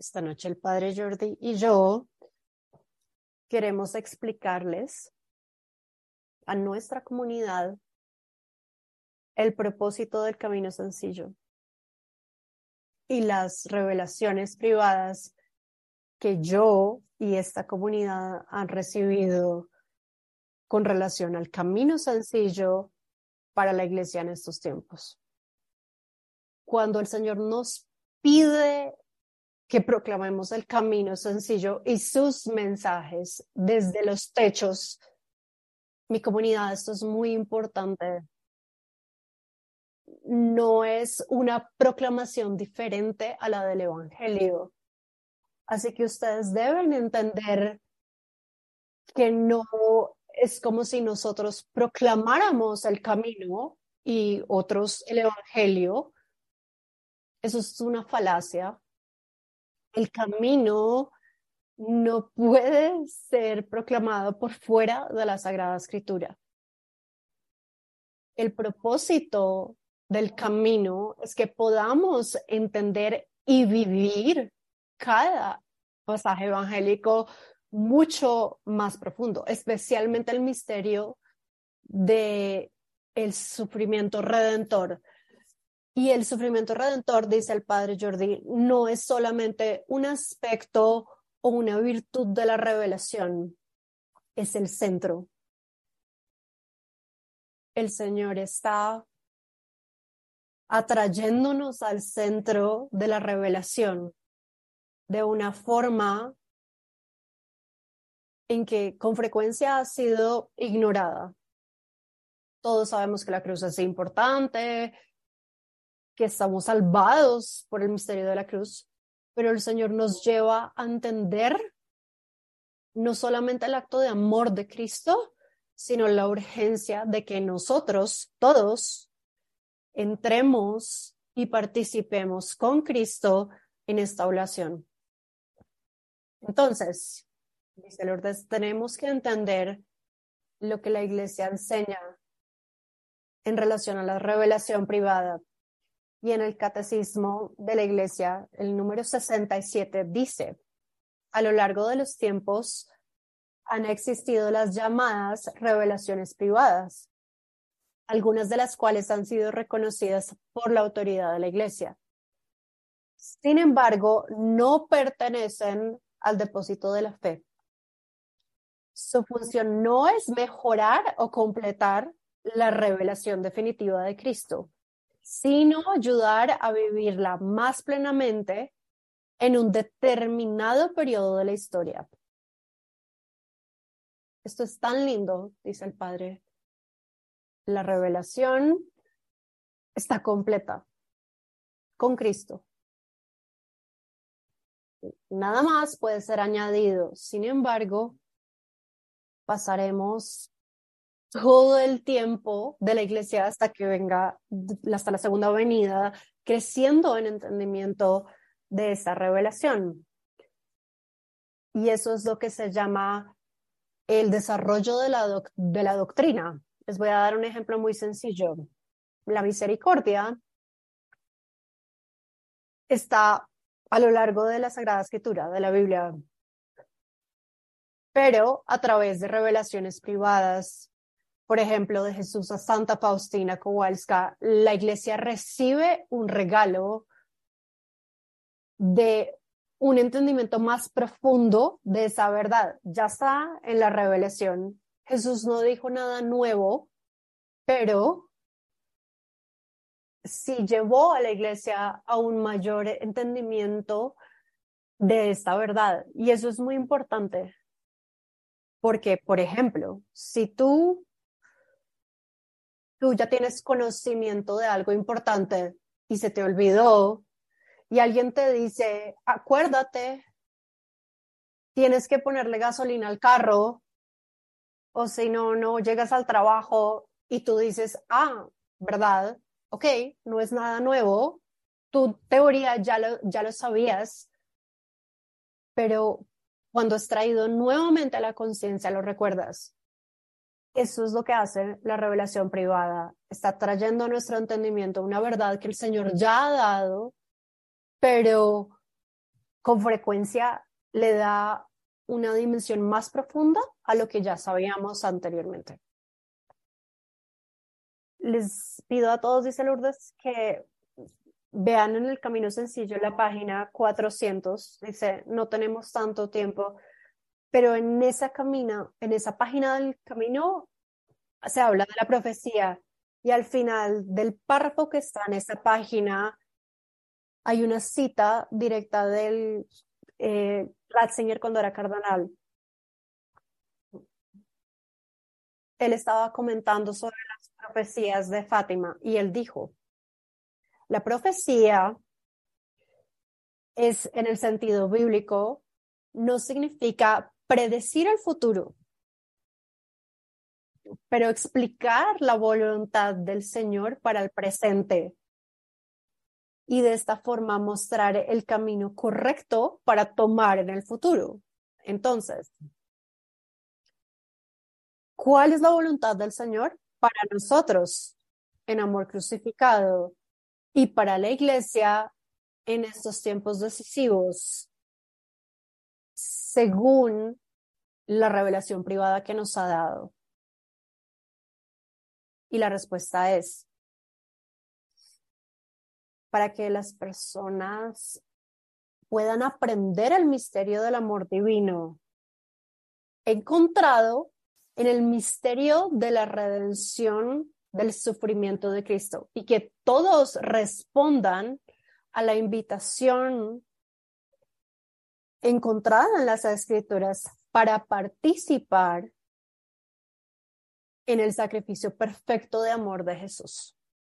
Esta noche el padre Jordi y yo queremos explicarles a nuestra comunidad el propósito del camino sencillo y las revelaciones privadas que yo y esta comunidad han recibido con relación al camino sencillo para la iglesia en estos tiempos. Cuando el Señor nos pide que proclamemos el camino sencillo y sus mensajes desde los techos, mi comunidad, esto es muy importante. No es una proclamación diferente a la del Evangelio. Así que ustedes deben entender que no es como si nosotros proclamáramos el camino y otros el Evangelio. Eso es una falacia. El camino no puede ser proclamado por fuera de la Sagrada Escritura. El propósito del camino es que podamos entender y vivir cada pasaje evangélico mucho más profundo, especialmente el misterio de el sufrimiento redentor. Y el sufrimiento redentor, dice el padre Jordi, no es solamente un aspecto o una virtud de la revelación, es el centro. El Señor está atrayéndonos al centro de la revelación de una forma en que con frecuencia ha sido ignorada. Todos sabemos que la cruz es importante, que estamos salvados por el misterio de la cruz, pero el Señor nos lleva a entender no solamente el acto de amor de Cristo, sino la urgencia de que nosotros todos entremos y participemos con Cristo en esta oración. Entonces, dice Lourdes, tenemos que entender lo que la Iglesia enseña en relación a la revelación privada. Y en el Catecismo de la Iglesia, el número 67 dice: a lo largo de los tiempos han existido las llamadas revelaciones privadas, algunas de las cuales han sido reconocidas por la autoridad de la Iglesia. Sin embargo, no pertenecen al depósito de la fe. Su función no es mejorar o completar la revelación definitiva de Cristo, sino ayudar a vivirla más plenamente en un determinado periodo de la historia. Esto es tan lindo, dice el padre. La revelación está completa con Cristo. Nada más puede ser añadido. Sin embargo, pasaremos todo el tiempo de la iglesia hasta que venga, hasta la segunda venida, creciendo en entendimiento de esa revelación. Y eso es lo que se llama el desarrollo de la doctrina. Les voy a dar un ejemplo muy sencillo. La misericordia está a lo largo de la Sagrada Escritura, de la Biblia, pero a través de revelaciones privadas. Por ejemplo, de Jesús a Santa Faustina Kowalska, la iglesia recibe un regalo de un entendimiento más profundo de esa verdad. Ya está en la revelación. Jesús no dijo nada nuevo, pero sí llevó a la iglesia a un mayor entendimiento de esta verdad. Y eso es muy importante. Porque, por ejemplo, si tú ya tienes conocimiento de algo importante y se te olvidó, y alguien te dice, acuérdate, tienes que ponerle gasolina al carro, o si no, no llegas al trabajo, y tú dices, ¿verdad? Ok, no es nada nuevo, tu teoría ya lo sabías, pero cuando es traído nuevamente a la conciencia, lo recuerdas. Eso es lo que hace la revelación privada. Está trayendo a nuestro entendimiento una verdad que el Señor ya ha dado, pero con frecuencia le da una dimensión más profunda a lo que ya sabíamos anteriormente. Les pido a todos, dice Lourdes, que vean en el Camino Sencillo la página 400. Dice, no tenemos tanto tiempo, pero en esa página del camino se habla de la profecía, y al final del párrafo que está en esa página hay una cita directa del Ratzinger cuando era cardenal. Él estaba comentando sobre las profecías de Fátima y él dijo, la profecía es, en el sentido bíblico, no significa predecir el futuro, pero explicar la voluntad del Señor para el presente y de esta forma mostrar el camino correcto para tomar en el futuro. Entonces, ¿cuál es la voluntad del Señor para nosotros en amor crucificado y para la Iglesia en estos tiempos decisivos, según la revelación privada que nos ha dado? Y la respuesta es, para que las personas puedan aprender el misterio del amor divino encontrado en el misterio de la redención del sufrimiento de Cristo, y que todos respondan a la invitación encontrada en las Escrituras para participar en el sacrificio perfecto de amor de Jesús.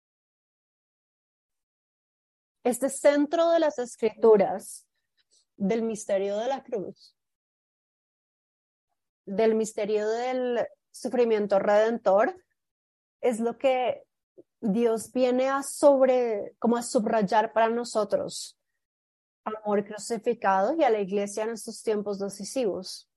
Este centro de las Escrituras, del misterio de la cruz, del misterio del sufrimiento redentor, es lo que Dios viene como a subrayar para nosotros, amor crucificado, y a la Iglesia en estos tiempos decisivos.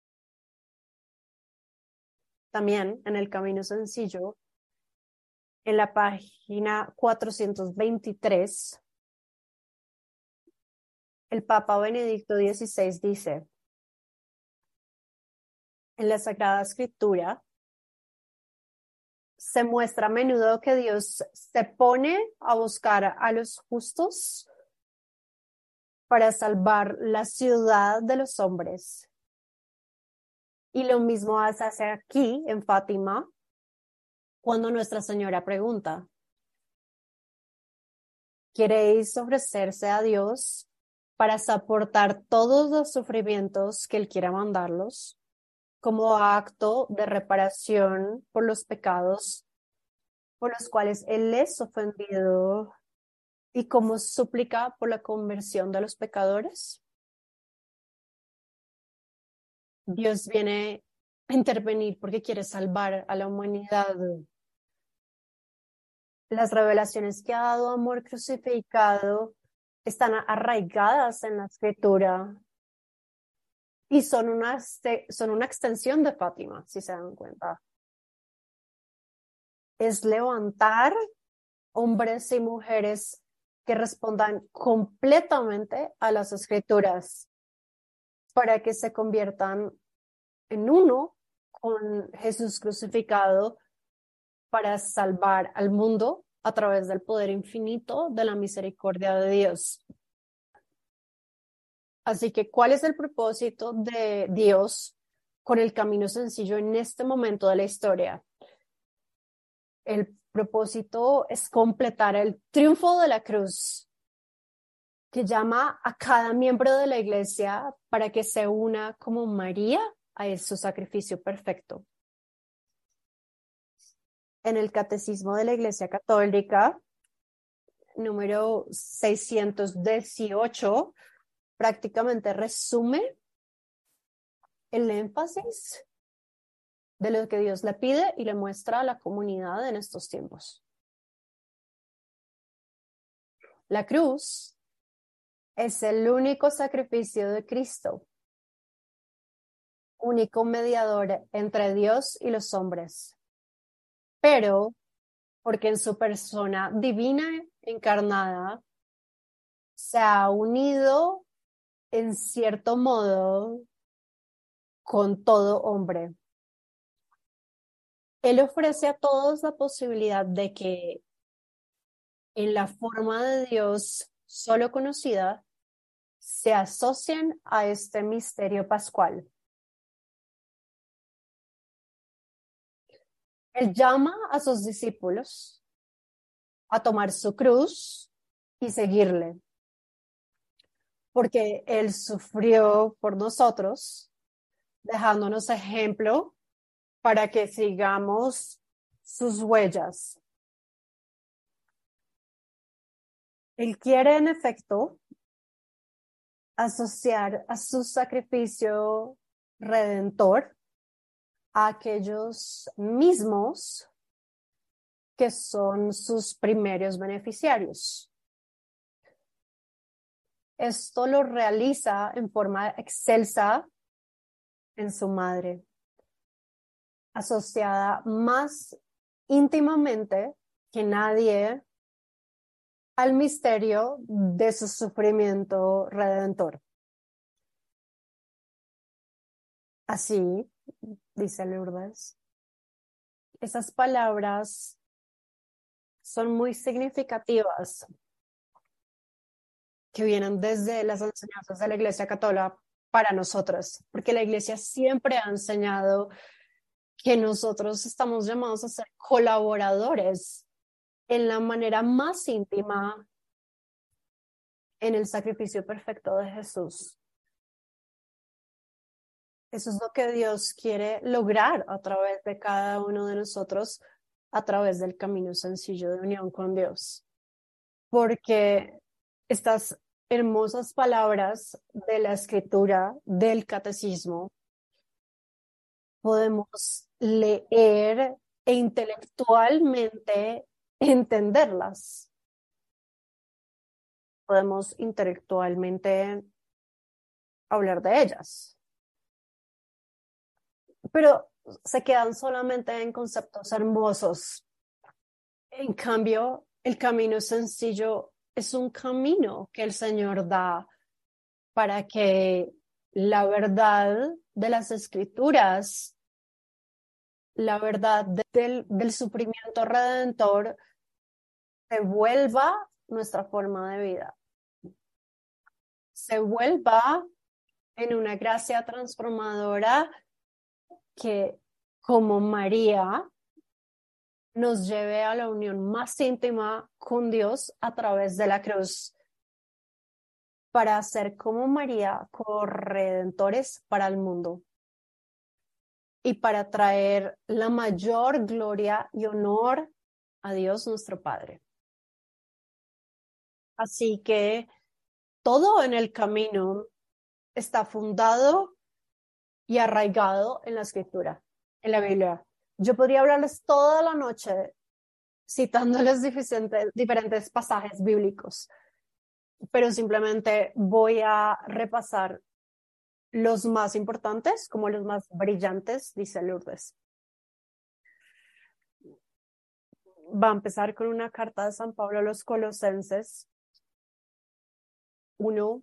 También en el Camino Sencillo, en la página 423, el Papa Benedicto XVI dice, en la Sagrada Escritura se muestra a menudo que Dios se pone a buscar a los justos para salvar la ciudad de los hombres. Y lo mismo hace aquí en Fátima, cuando Nuestra Señora pregunta, ¿queréis ofrecerse a Dios para soportar todos los sufrimientos que Él quiera mandarlos, como acto de reparación por los pecados por los cuales Él es ofendido y como súplica por la conversión de los pecadores? Dios viene a intervenir porque quiere salvar a la humanidad. Las revelaciones que ha dado amor crucificado están arraigadas en la Escritura y son una extensión de Fátima, si se dan cuenta. Es levantar hombres y mujeres que respondan completamente a las Escrituras para que se conviertan en uno con Jesús crucificado para salvar al mundo a través del poder infinito de la misericordia de Dios. Así que, ¿cuál es el propósito de Dios con el Camino Sencillo en este momento de la historia? El propósito es completar el triunfo de la cruz, que llama a cada miembro de la Iglesia para que se una como María a su sacrificio perfecto. En el Catecismo de la Iglesia Católica, número 618, prácticamente resume el énfasis de lo que Dios le pide y le muestra a la comunidad en estos tiempos. La cruz es el único sacrificio de Cristo, único mediador entre Dios y los hombres, pero porque en su persona divina encarnada se ha unido en cierto modo, con todo hombre. Él ofrece a todos la posibilidad de que en la forma de Dios solo conocida se asocien a este misterio pascual. Él llama a sus discípulos a tomar su cruz y seguirle, porque Él sufrió por nosotros, dejándonos ejemplo para que sigamos sus huellas. Él quiere, en efecto, asociar a su sacrificio redentor a aquellos mismos que son sus primeros beneficiarios. Esto lo realiza en forma excelsa en su madre, asociada más íntimamente que nadie al misterio de su sufrimiento redentor. Así, dice Lourdes, esas palabras son muy significativas, que vienen desde las enseñanzas de la Iglesia Católica para nosotros, porque la Iglesia siempre ha enseñado que nosotros estamos llamados a ser colaboradores en la manera más íntima en el sacrificio perfecto de Jesús. Eso es lo que Dios quiere lograr a través de cada uno de nosotros, a través del camino sencillo de unión con Dios. Porque estas hermosas palabras de la escritura, del catecismo, podemos leer e intelectualmente entenderlas. Podemos intelectualmente hablar de ellas, pero se quedan solamente en conceptos hermosos. En cambio, el camino sencillo es un camino que el Señor da para que la verdad de las Escrituras, la verdad del sufrimiento redentor, se vuelva nuestra forma de vida, se vuelva en una gracia transformadora que, como María, nos lleve a la unión más íntima con Dios a través de la cruz, para ser como María, corredentores para el mundo y para traer la mayor gloria y honor a Dios nuestro Padre. Así que todo en el camino está fundado y arraigado en la Escritura, en la Biblia. Yo podría hablarles toda la noche citándoles diferentes pasajes bíblicos, pero simplemente voy a repasar los más importantes como los más brillantes, dice Lourdes. Va a empezar con una carta de San Pablo a los Colosenses 1.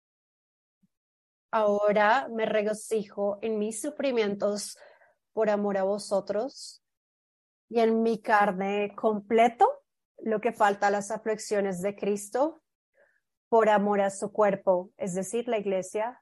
Ahora me regocijo en mis sufrimientos por amor a vosotros, y en mi carne completo lo que falta a las aflicciones de Cristo por amor a su cuerpo, es decir, la iglesia.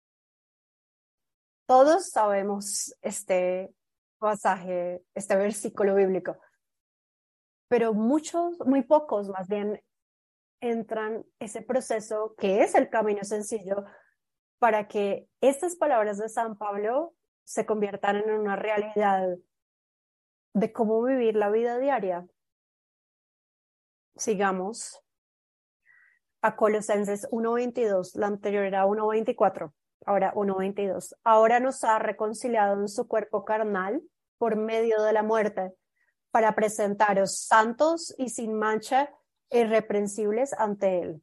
Todos sabemos este pasaje, este versículo bíblico, pero muchos, muy pocos más bien, entran ese proceso que es el camino sencillo para que estas palabras de San Pablo se conviertan en una realidad de cómo vivir la vida diaria. Sigamos a Colosenses 1:22, la anterior era 1:24, ahora 1:22. Ahora nos ha reconciliado en su cuerpo carnal por medio de la muerte, para presentaros santos y sin mancha, irreprensibles ante Él.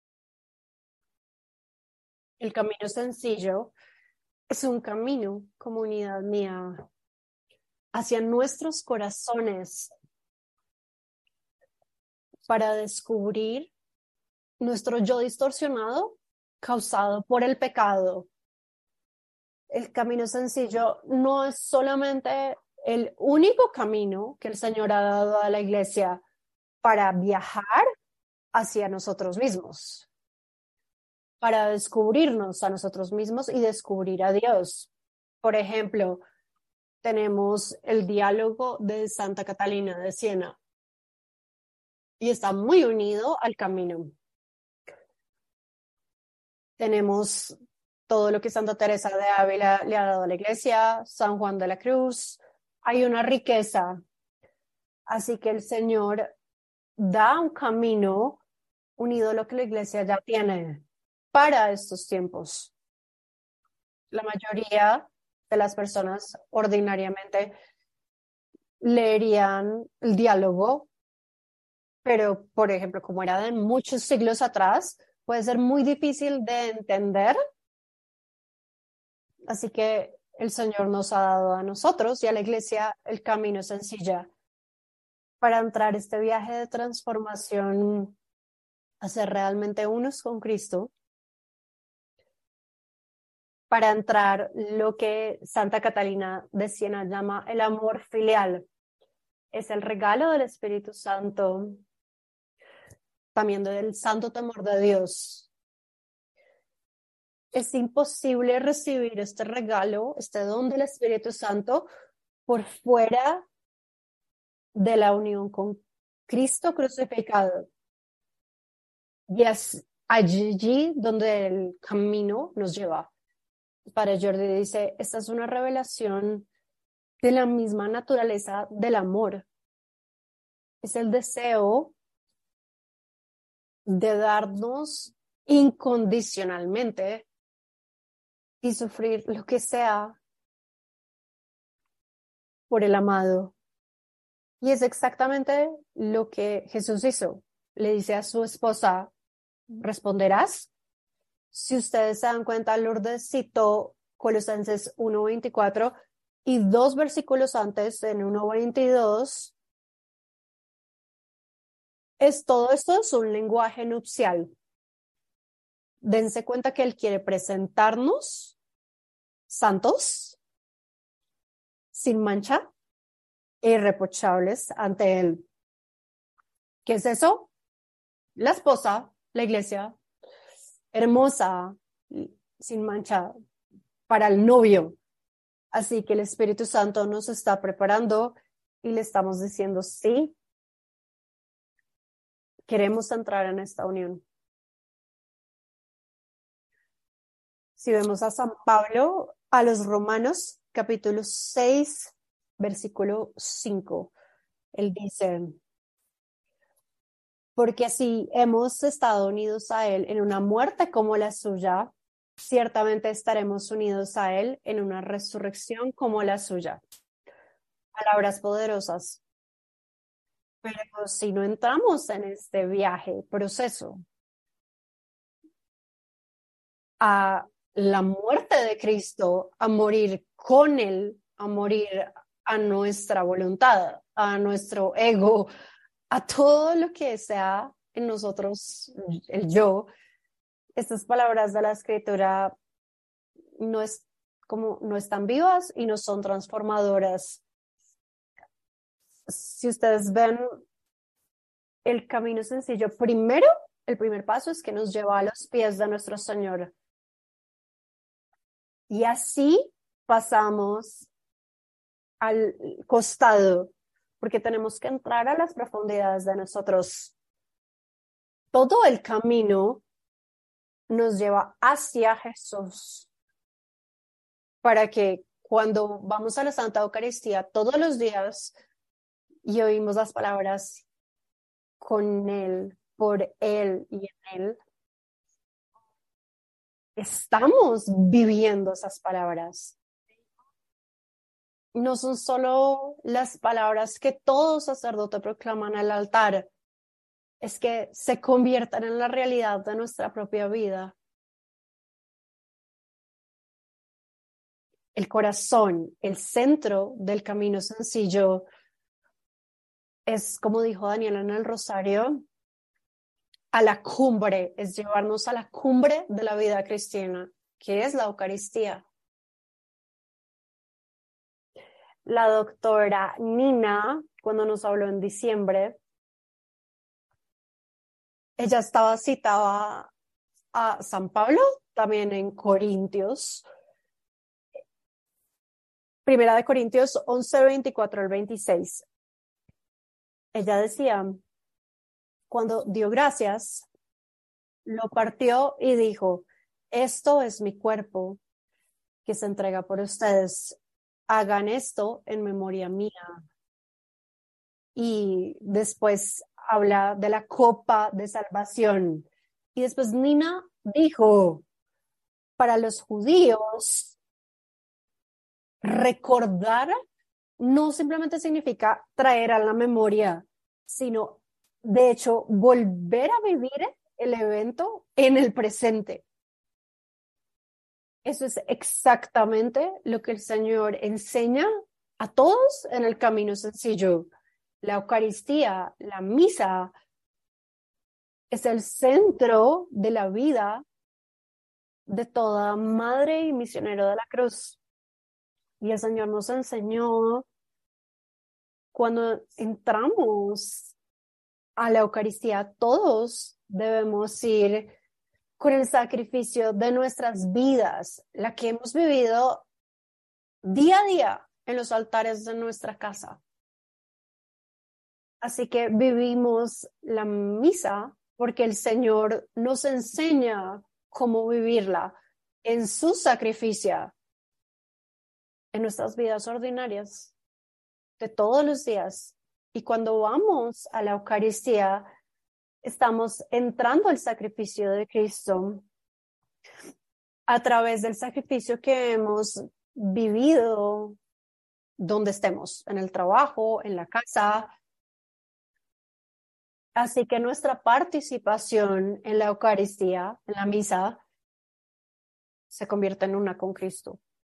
El camino sencillo es un camino, comunidad mía, hacia nuestros corazones, para descubrir nuestro yo distorsionado causado por el pecado. El camino sencillo no es solamente el único camino que el Señor ha dado a la iglesia para viajar hacia nosotros mismos, para descubrirnos a nosotros mismos y descubrir a Dios. Por ejemplo, tenemos el diálogo de Santa Catalina de Siena y está muy unido al camino. Tenemos todo lo que Santa Teresa de Ávila le ha dado a la iglesia, San Juan de la Cruz. Hay una riqueza. Así que el Señor da un camino unido a lo que la iglesia ya tiene para estos tiempos. La mayoría de las personas ordinariamente leerían el diálogo, pero, por ejemplo, como era de muchos siglos atrás, puede ser muy difícil de entender. Así que el Señor nos ha dado a nosotros y a la iglesia el camino sencillo para entrar este viaje de transformación, a ser realmente unos con Cristo, para entrar lo que Santa Catalina de Siena llama el amor filial. Es el regalo del Espíritu Santo, también del santo temor de Dios. Es imposible recibir este regalo, este don del Espíritu Santo, por fuera de la unión con Cristo crucificado. Y es allí donde el camino nos lleva. Para Jordi dice, esta es una revelación de la misma naturaleza del amor. Es el deseo de darnos incondicionalmente y sufrir lo que sea por el amado. Y es exactamente lo que Jesús hizo. Le dice a su esposa, ¿responderás? Si ustedes se dan cuenta, Lourdes citó Colosenses 1:24 y 2 versículos antes, en 1:22, todo esto es un lenguaje nupcial. Dense cuenta que Él quiere presentarnos santos, sin mancha, e irreprochables ante Él. ¿Qué es eso? La esposa, la iglesia, hermosa, sin mancha, para el novio. Así que el Espíritu Santo nos está preparando y le estamos diciendo, sí, queremos entrar en esta unión. Si vemos a San Pablo, a los Romanos, capítulo 6, versículo 5, él dice, porque si hemos estado unidos a Él en una muerte como la suya, ciertamente estaremos unidos a Él en una resurrección como la suya. Palabras poderosas. Pero si no entramos en este viaje, proceso, a la muerte de Cristo, a morir con Él, a morir a nuestra voluntad, a nuestro ego, a todo lo que sea en nosotros, el yo, estas palabras de la Escritura no están vivas y no son transformadoras. Si ustedes ven el camino sencillo, primero, el primer paso es que nos lleva a los pies de nuestro Señor. Y así pasamos al costado, porque tenemos que entrar a las profundidades de nosotros. Todo el camino nos lleva hacia Jesús, para que cuando vamos a la Santa Eucaristía todos los días y oímos las palabras con Él, por Él y en Él, estamos viviendo esas palabras. No son solo las palabras que todo sacerdote proclaman al altar, es que se conviertan en la realidad de nuestra propia vida. El corazón, el centro del camino sencillo, es como dijo Daniela en el Rosario, a la cumbre, es llevarnos a la cumbre de la vida cristiana, que es la Eucaristía. La doctora Nina, cuando nos habló en diciembre, ella estaba citada a San Pablo, también en Corintios. Primera de Corintios 11, 24 al 26. Ella decía, cuando dio gracias, lo partió y dijo, esto es mi cuerpo que se entrega por ustedes. Hagan esto en memoria mía. Y después habla de la copa de salvación. Y después Nina dijo, para los judíos, recordar no simplemente significa traer a la memoria, sino de hecho volver a vivir el evento en el presente. Eso es exactamente lo que el Señor enseña a todos en el camino sencillo. La Eucaristía, la misa, es el centro de la vida de toda madre y misionero de la cruz. Y el Señor nos enseñó cuando entramos a la Eucaristía, todos debemos ir con el sacrificio de nuestras vidas, la que hemos vivido día a día en los altares de nuestra casa. Así que vivimos la misa porque el Señor nos enseña cómo vivirla en su sacrificio, en nuestras vidas ordinarias de todos los días. Y cuando vamos a la Eucaristía, estamos entrando al sacrificio de Cristo a través del sacrificio que hemos vivido donde estemos, en el trabajo, en la casa. Así que nuestra participación en la Eucaristía, en la misa, se convierte en una con Cristo.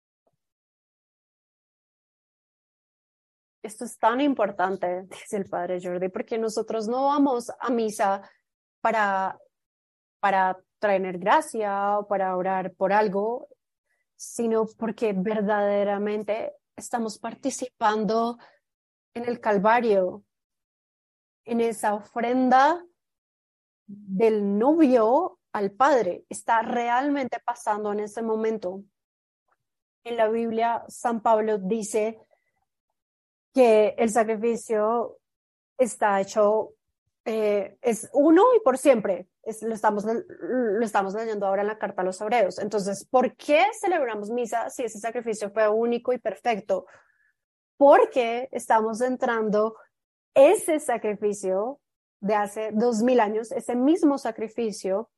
Esto es tan importante, dice el Padre Jordi, porque nosotros no vamos a misa para traer gracia o para orar por algo, sino porque verdaderamente estamos participando en el Calvario, en esa ofrenda del novio al Padre. Está realmente pasando en ese momento. En la Biblia, San Pablo dice que el sacrificio está hecho, es uno y por siempre. Lo estamos leyendo ahora en la carta a los Hebreos. Entonces, ¿por qué celebramos misa si ese sacrificio fue único y perfecto? Porque estamos entrando ese sacrificio de hace 2000 años, ese mismo sacrificio,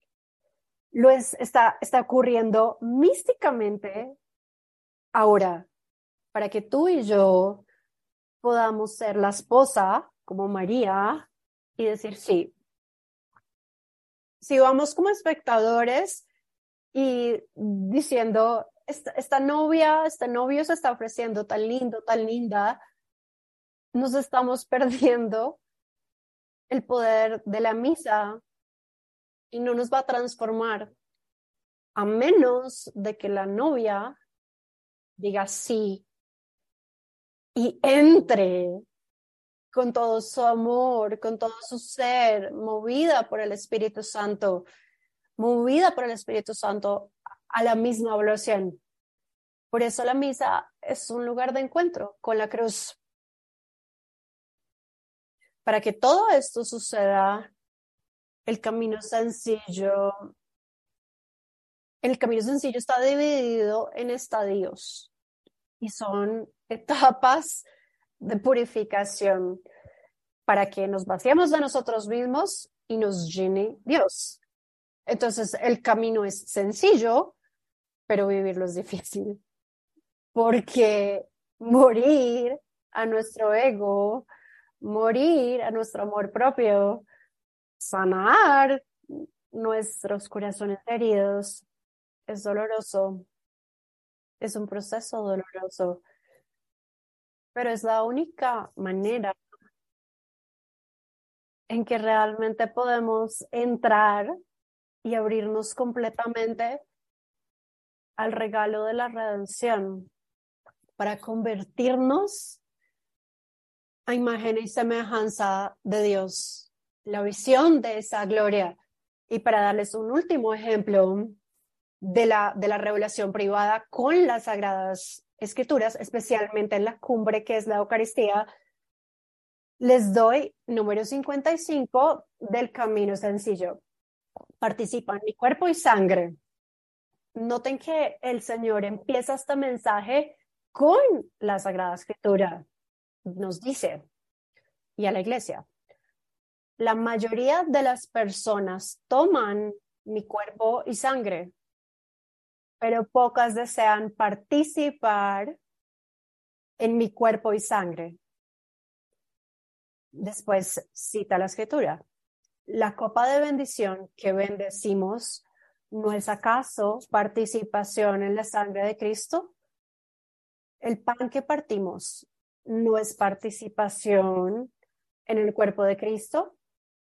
está ocurriendo místicamente ahora, para que tú y yo podamos ser la esposa como María y decir sí. Si vamos como espectadores y diciendo, esta novia, este novio se está ofreciendo tan lindo, tan linda, nos estamos perdiendo el poder de la misa y no nos va a transformar a menos de que la novia diga sí y entre con todo su amor, con todo su ser, movida por el Espíritu Santo a la misma evaluación. Por eso la misa es un lugar de encuentro con la cruz. Para que todo esto suceda, el camino sencillo está dividido en estadios y son etapas de purificación para que nos vaciemos de nosotros mismos y nos llene Dios. Entonces, el camino es sencillo, pero vivirlo es difícil, porque morir a nuestro ego, morir a nuestro amor propio, sanar nuestros corazones heridos, es doloroso, es un proceso doloroso, pero es la única manera en que realmente podemos entrar y abrirnos completamente al regalo de la redención para convertirnos a imagen y semejanza de Dios, la visión de esa gloria. Y para darles un último ejemplo de la revelación privada con las Sagradas Escrituras, especialmente en la cumbre que es la Eucaristía, les doy número 55 del camino sencillo. Participa en mi cuerpo y sangre. Noten que el Señor empieza este mensaje con la Sagrada Escritura. Nos dice, y a la iglesia, la mayoría de las personas toman mi cuerpo y sangre, pero pocas desean participar en mi cuerpo y sangre. Después cita la Escritura. La copa de bendición que bendecimos, ¿no es acaso participación en la sangre de Cristo? El pan que partimos, ¿no es participación en el cuerpo de Cristo?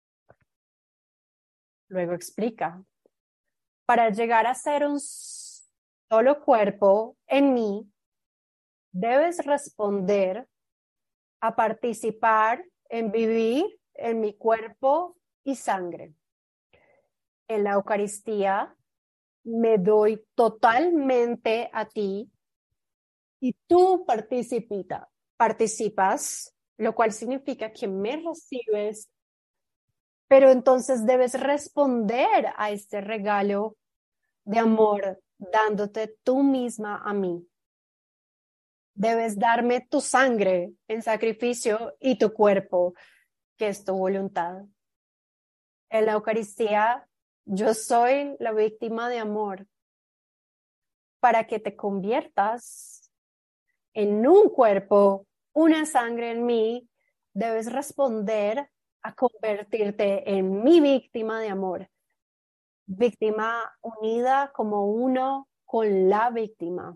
Luego explica, para llegar a ser un solo cuerpo en mí, debes responder a participar en vivir en mi cuerpo y sangre. En la Eucaristía me doy totalmente a ti y tú participas, lo cual significa que me recibes, pero entonces debes responder a este regalo de amor dándote tú misma a mí. Debes darme tu sangre en sacrificio y tu cuerpo, que es tu voluntad. En la Eucaristía, yo soy la víctima de amor para que te conviertas en un cuerpo, una sangre en mí. Debes responder a convertirte en mi víctima de amor, víctima unida como uno con la víctima.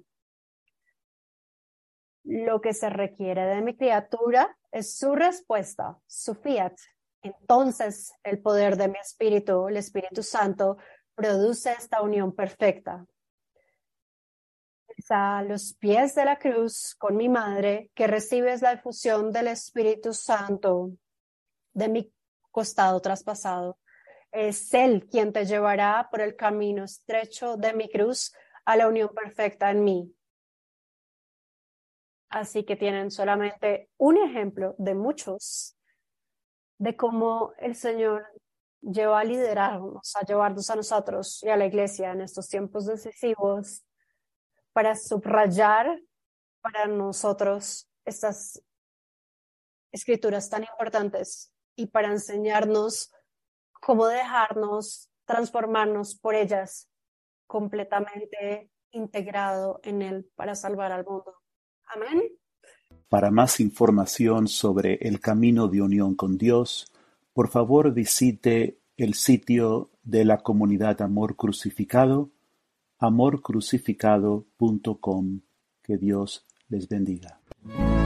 Lo que se requiere de mi criatura es su respuesta, su fiat. Entonces, el poder de mi espíritu, el Espíritu Santo, produce esta unión perfecta. Es a los pies de la cruz con mi madre que recibes la efusión del Espíritu Santo de mi costado traspasado. Es Él quien te llevará por el camino estrecho de mi cruz a la unión perfecta en mí. Así que tienen solamente un ejemplo de muchos de cómo el Señor lleva a liderarnos, a llevarnos a nosotros y a la iglesia en estos tiempos decisivos para subrayar para nosotros estas escrituras tan importantes y para enseñarnos cómo dejarnos transformarnos por ellas completamente integrado en Él para salvar al mundo. Amén. Para más información sobre el camino de unión con Dios, por favor visite el sitio de la comunidad Amor Crucificado, amorcrucificado.com. Que Dios les bendiga.